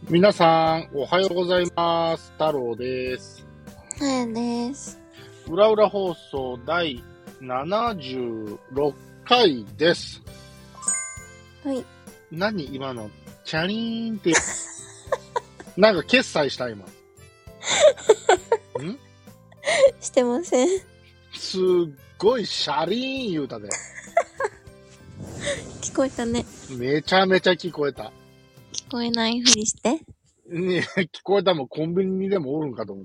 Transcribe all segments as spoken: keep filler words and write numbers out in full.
皆さん、おはようございます。太郎です。 はやです。 うらうら放送第ななじゅうろっかいです。 はい。 何今の、チャリーンって、なんか決済した今。んしてません。 すっごいシャリーン言うたで。 聞こえたね。 めちゃめちゃ聞こえた。 聞こえないふりして。 ね、聞こえたもんコンビニにでもおるんかと思った。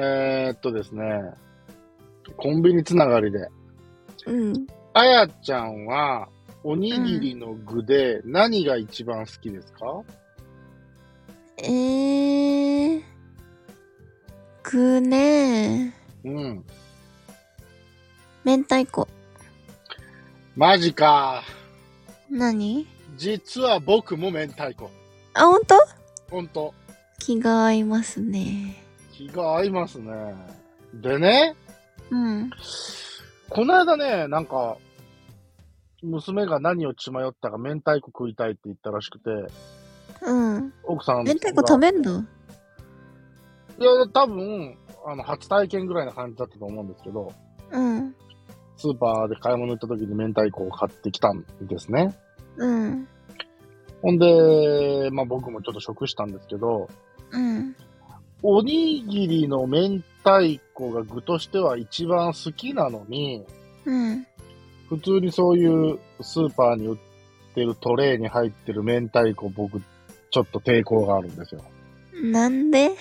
えーっとですね、コンビニつながりで。 うん。 あやちゃんは、おにぎりの具で何が一番好きですか？うん、 えー。具ねうん。 明太子。 マジか。 何？ 実は僕も明太子。 あ、ほんと？ ほんと。 気が合いますね。 気が合いますね。でね、 うん。 この間ね、なんか、娘が何を血迷ったか明太子食いたいって言ったらしくて、 うん。 奥さんが。 明太子食べんの？ いや、多分、あの、初体験ぐらいな感じだったと思うんですけど、 うん。 スーパーで買い物行った時に明太子を買ってきたんですね。 うん。 ほんで、まあ僕もちょっと食したんですけど、 うん。 おにぎりの明太子が具としては一番好きなのに、 うん。 普通にそういうスーパーに売ってるトレーに入ってる明太子、僕、ちょっと抵抗があるんですよ。 なんで？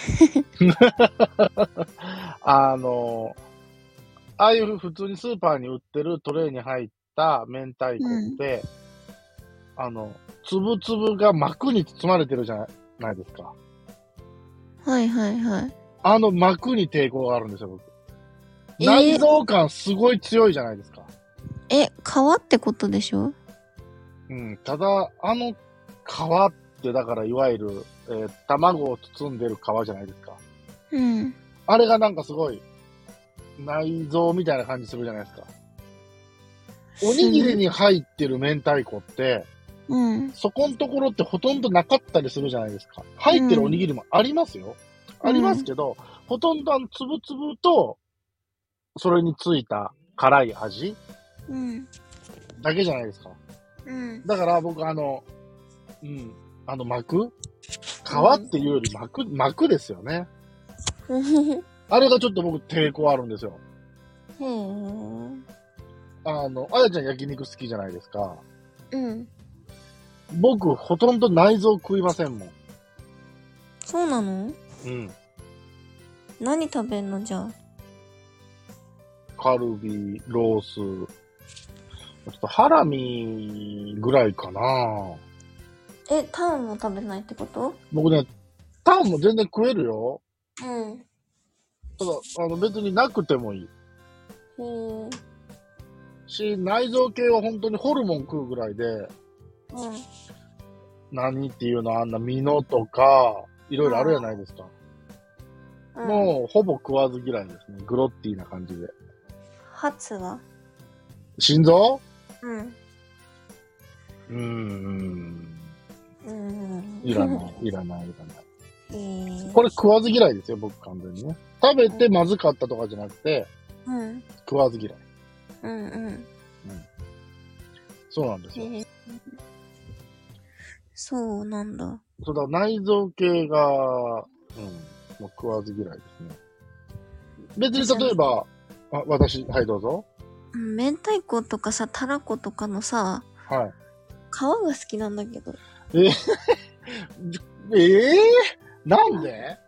あの、ああいう普通にスーパーに売ってるトレーに入った明太子って、うん、あの、つぶつぶが膜に包まれてるじゃないですか。 はいはいはい。 あの膜に抵抗があるんですよ、僕。内臓感すごい強いじゃないですか。 え、皮ってことでしょ？ うん、ただ、あの皮って、だからいわゆる、えー、卵を包んでる皮じゃないですか。 うん。 あれがなんかすごい、内臓みたいな感じするじゃないですか。おにぎりに入ってる明太子って、 うん、 そこのところってほとんどなかったりするじゃないですか。入ってるおにぎりもありますよ。うん、ありますけど、ほとんどあの、つぶつぶと、それについた辛い味、うん、だけじゃないですか。うん、だから僕あの、うん、あの膜皮っていうより膜、うん、膜ですよね。あれがちょっと僕抵抗あるんですよ。へー。あの、あやちゃん焼肉好きじゃないですか。うん。僕、ほとんど内臓食いませんもん。 そうなの？ うん。 何食べんのじゃあ。 カルビ、ロース、ちょっとハラミぐらいかな。 え、タンも食べないってこと？ 僕ね、タンも全然食えるよ。 うん。 ただ、あの別になくてもいい。へー。し、内臓系は本当にホルモン食うぐらいで、うん。何っていうのあんなミノとか、いろいろあるじゃないですか。うん、もう、ほぼ食わず嫌いですね。グロッティーな感じで。 ハツは？ 心臓？ うん。 うーん。 うーん。 いらない、いらない、いらない。 えー、 これ食わず嫌いですよ、僕完全にね。食べてまずかったとかじゃなくて、うん、食わず嫌い。うんうん。うん。そうなんですよ。えー、 そうなんだ。 そうだ、内臓系が、うん、もう食わず嫌いですね。別に例えば、あ、私、はい、どうぞ。 明太子とかさ、たらことかのさ、 はい。 皮が好きなんだけど。 えー、えー、なんで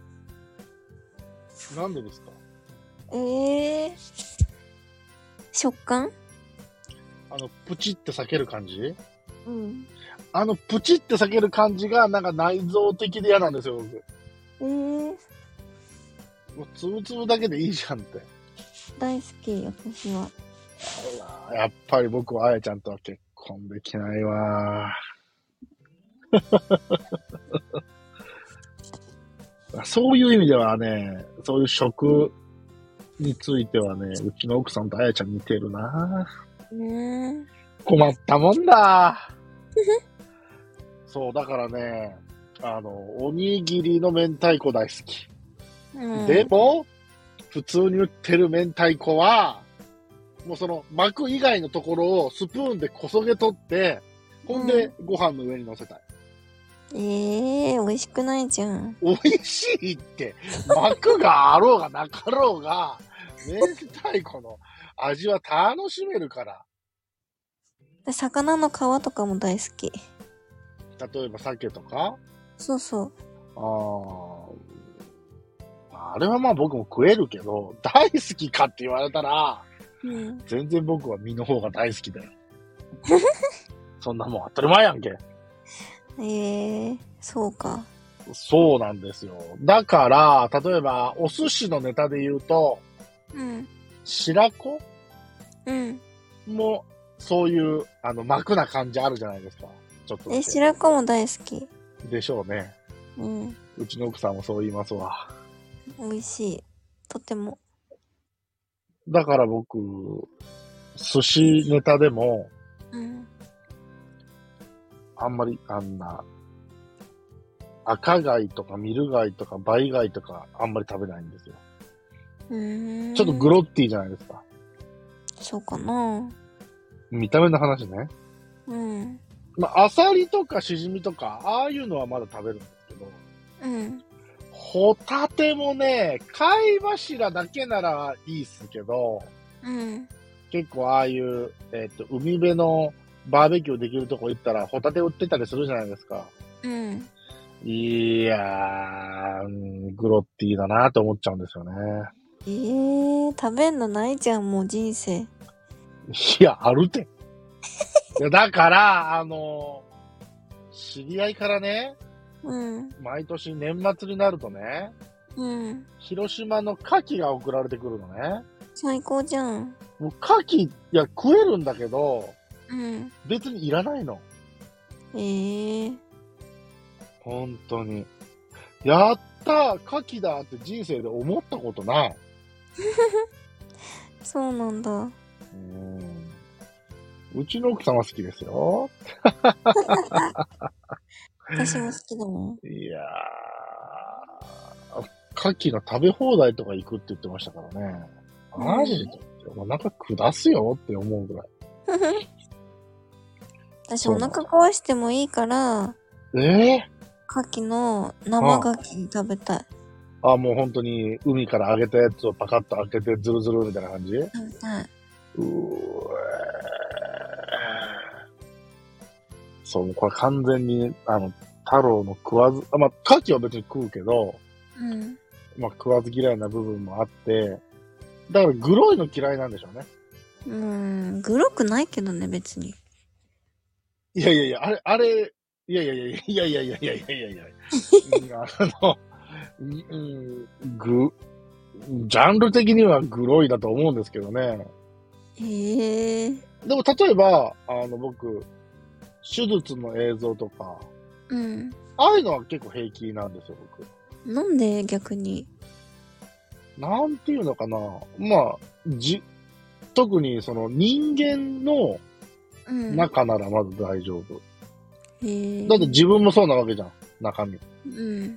なんでですか？ええー、食感？ あの、プチって裂ける感じ？ うん。 あの、プチって裂ける感じが、なんか内臓的で嫌なんですよ、僕。 えー、 もう、つぶつぶだけでいいじゃんって。 大好き、私は。 あら、やっぱり僕はあやちゃんとは結婚できないわ。そういう意味ではね、そういう食についてはね、うちの奥さんとあやちゃん似てるな。ね、困ったもんだ。 そう、だからね、あの、おにぎりの明太子大好き。 うん。 でも、普通に売ってる明太子は、もうその膜以外のところをスプーンでこそげ取って、ほんでご飯の上に乗せたい。 ええー、美味しくないじゃん。 美味しいって、膜があろうがなかろうが、明太子の味は楽しめるから。 で魚の皮とかも大好き。 例えば鮭とか、 そうそああ、あれはまあ僕も食えるけど、大好きかって言われたら、 う。うん。 全然僕は身の方が大好きだよ。そんなもん当たり前やんけ。 ええー、そうか。 そうなんですよ。だから、例えば、お寿司のネタで言うと、 うん。 白子うん。 も、そういう、あの、膜な感じあるじゃないですか。ちょっとだえ、 け。 白子も大好き。 でしょうね。 うん。 うちの奥さんもそう言いますわ。 美味しい。とても。 だから僕、寿司ネタでも、 うん。 あんまりあんな、赤貝とかミル貝とかバイ貝とかあんまり食べないんですよ。 うーん。 ちょっとグロッティじゃないですか。 そうかな。 見た目の話ね。 うん。 まあ、アサリとかシジミとか、ああいうのはまだ食べるんですけど、 うん。 ホタテもね、貝柱だけならいいっすけど、 うん。 結構ああいう、えっと、海辺のバーベキューできるとこ行ったらホタテ売ってたりするじゃないですか。 うん。 いやー、うん、グロッティーだなと思っちゃうんですよね。 ええー、食べんのないじゃん、もう人生。 いや、あるて。いや、だから、あの知り合いからね、 うん。 毎年年末になるとね、 うん。 広島の牡蠣が送られてくるのね。 最高じゃん。 もう牡蠣、いや、食えるんだけど、 うん。 別にいらないの。 ええー。 本当に。やったー牡蠣だって人生で思ったことない。 そうなんだ。 うんうちの奥さんは好きですよ。 私も好きだもん。 いやー、牡蠣の食べ放題とか行くって言ってましたからね。マジで、お腹下すよって思うぐらい。 私お腹壊してもいいから、 ええ牡蠣の生牡蠣食べたい。 ああ、もう本当に海から揚げたやつをパカッと開けてズルズルみたいな感じう食べたい。 ーそう、これ完全に、あの、太郎の食わず、あまあ、牡蠣は別に食うけど、 うん。 まあ、食わず嫌いな部分もあって、だからグロいの嫌いなんでしょうね。 うーん、グロくないけどね、別に。 いやいやいや、あれ、あれ、いやいやいやいやいやいやいやいやいやいやいやあの、うん、ぐ、ジャンル的にはグロいだと思うんですけどね。 へえー。 でも例えば、あの僕、手術の映像とか、 うん。 ああいうのは結構平気なんですよ、僕。 なんで逆に。 なんていうのかな。まあ、じ、特にその人間のうん。 中ならまず大丈夫。 へえ。 だって自分もそうなわけじゃん、中身。 うん。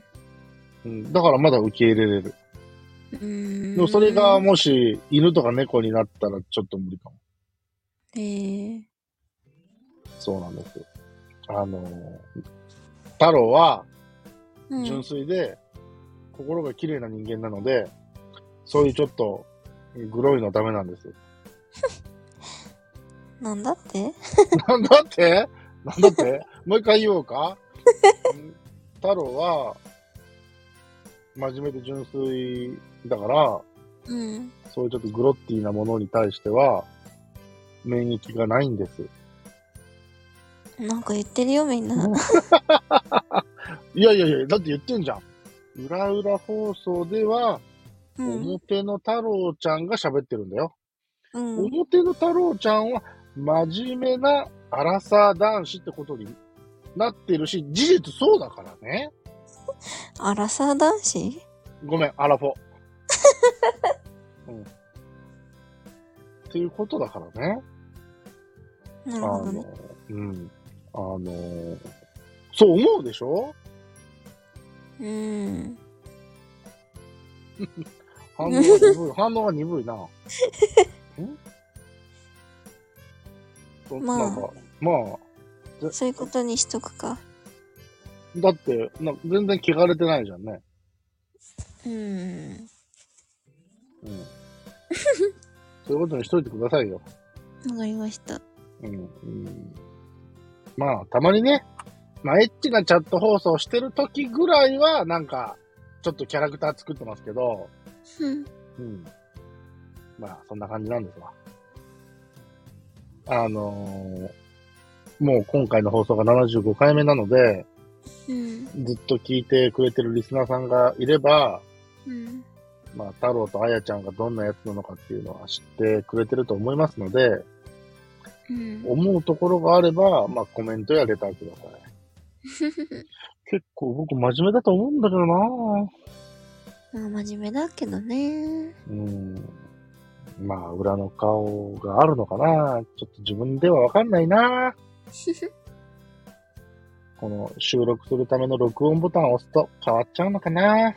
うん、だからまだ受け入れれる。 うーん。 でもそれがもし犬とか猫になったらちょっと無理かも。 へえ。 そうなんですよ。あの、太郎はうん。 純粋で心が綺麗な人間なので、そういうちょっとグロいのはダメなんです。 なんだってなんだってなんだってもう一回言おうか太郎は真面目で純粋だから、 うん。 そういうちょっとグロッティーなものに対しては免疫がないんです。 なんか言ってるよ、みんな。 いやいやいや、だって言ってんじゃん。裏裏放送では、 うん。 表の太郎ちゃんが喋ってるんだよ。 うん。 表の太郎ちゃんは真面目なアラサー男子ってことになってるし、事実そうだからね。 アラサー男子ごめん、アラフォ。うん、っていうことだからね。 なるほどね。 あの、うん。あの、 そう思うでしょ？ うん。 反応が鈍い。反応が鈍いな。んそまあなんか、まあ、 そういうことにしとくか。 だって、な全然聞かれてないじゃんね。 うん。 うん。そういうことにしといてくださいよ。 わかりました。 うん。うん、まあ、たまにね、まあ、エッチなチャット放送してる時ぐらいは、なんか、ちょっとキャラクター作ってますけど、 うん。 うん。まあ、そんな感じなんですわ。あのー、もう今回の放送がななじゅうごかいめなので、 うん。 ずっと聞いてくれてるリスナーさんがいれば、 うん。 まあ、太郎とあやちゃんがどんなやつなのかっていうのは知ってくれてると思いますので、 うん。 思うところがあれば、まあ、コメントやレターください。結構僕真面目だと思うんだけどなまあ真面目だけどね。 うん。まあ、裏の顔があるのかなちょっと自分ではわかんないなこの収録するための録音ボタンを押すと変わっちゃうのかな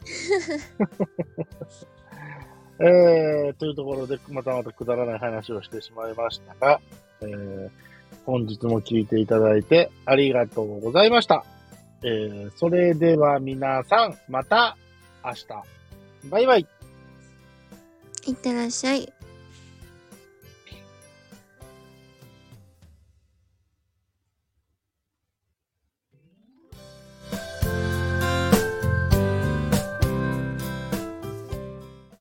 えー、というところで、またまたくだらない話をしてしまいましたが、えー、本日も聞いていただいてありがとうございました。えー、それでは皆さん、また明日。バイバイ。 いってらっしゃい。